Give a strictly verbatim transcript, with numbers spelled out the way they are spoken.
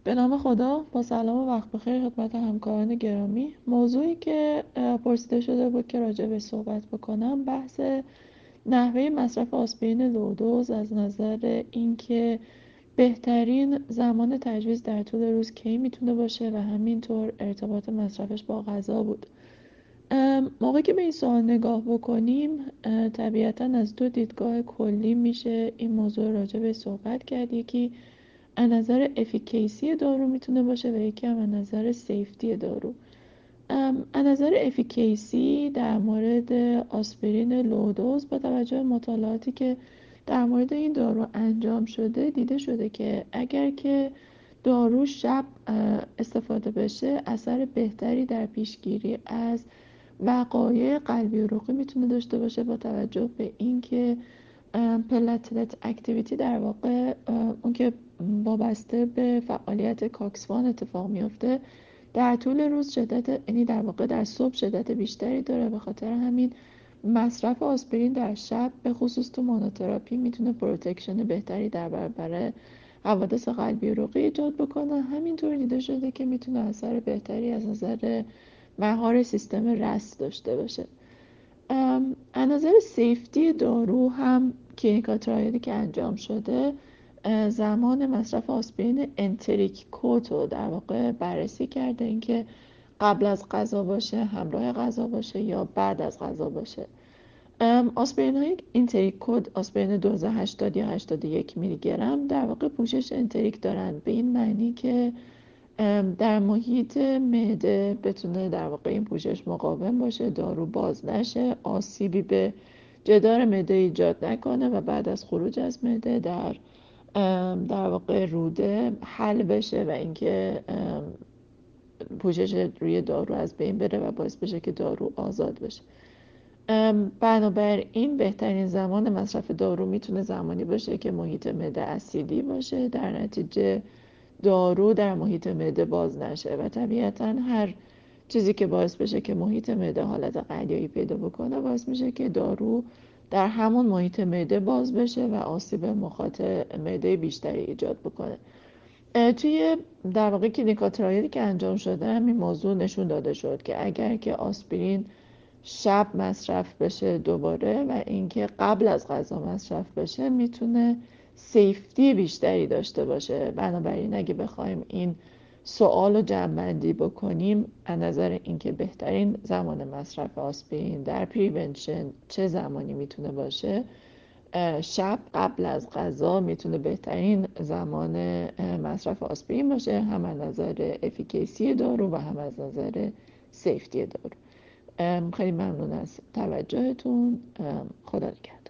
به نام خدا، با سلام و وقت بخیر خدمت همکاران گرامی. موضوعی که اه، پرسیده شده بود که راجع به صحبت بکنم بحث نحوه مصرف آسپرین لودوز از نظر اینکه بهترین زمان تجویز در طول روز کی میتونه باشه و همینطور ارتباط مصرفش با غذا بود. ام، موقعی که به این سوال نگاه بکنیم اه، طبیعتاً از دو دیدگاه کلی میشه این موضوع راجع به صحبت کرد. یکی از نظر افیکیسی دارو میتونه باشه و یکی هم از نظر سیفتی دارو. ام، از نظر افیکیسی در مورد آسپرین لودوز با توجه به مطالعاتی که در مورد این دارو انجام شده دیده شده که اگر که دارو شب استفاده بشه اثر بهتری در پیشگیری از وقایع قلبی عروقی میتونه داشته باشه، با توجه به اینکه پلتلت اکتیویتی در واقع اون که وابسته به فعالیت کاکسوان اتفاق میفته در طول روز شدت، یعنی در واقع در صبح شدت بیشتری داره. به خاطر همین مصرف آسپرین در شب به خصوص تو مونوتراپی میتونه پروتکشن بهتری در برابر حوادث قلبی عروقی ایجاد بکنه. همینطور دیده شده که میتونه اثر بهتری از نظر مهار سیستم رس داشته باشه. از نظر سیفتی دارو هم کلینیکال ترایلی که انجام شده زمان مصرف آسپرین انتریک کوت رو در واقع بررسی کرده، اینکه قبل از غذا باشه، همراه غذا باشه یا بعد از غذا باشه. آسپرین های انتریک کد، آسپرین دوز هشتاد یا هشتاد و یک میلی گرم در واقع پوشش انتریک دارن، به این معنی که در محیط معده بتونه در واقع این پوشش مقاوم باشه، دارو باز نشه، آسیبی به جدار معده ایجاد نکنه و بعد از خروج از معده در در واقع روده حل بشه و اینکه پوشش روی دارو از بین بره و باعث بشه که دارو آزاد بشه. بنابراین بهترین زمان مصرف دارو میتونه زمانی باشه که محیط معده اسیدی باشه، در نتیجه دارو در محیط معده باز نشه و طبیعتا هر چیزی که باعث بشه که محیط معده حالت قلیایی پیدا بکنه باعث میشه که دارو در همون محیط معده باز بشه و آسیب مخاط معده بیشتری ایجاد بکنه. توی در واقع کلینیکال ترایلی که انجام شده همین موضوع نشون داده شد که اگر که آسپرین شب مصرف بشه دوباره و اینکه قبل از غذا مصرف بشه میتونه سیفتی بیشتری داشته باشه. بنابراین اگه بخوایم این سوال رو جمع‌بندی بکنیم از نظر اینکه بهترین زمان مصرف آسپرین در پریونشن چه زمانی میتونه باشه، شب قبل از غذا میتونه بهترین زمان مصرف آسپرین باشه، هم از نظر افیکیسی دارو و هم از نظر سیفتی دارو. خیلی ممنون از توجهتون. خدا نگهدار.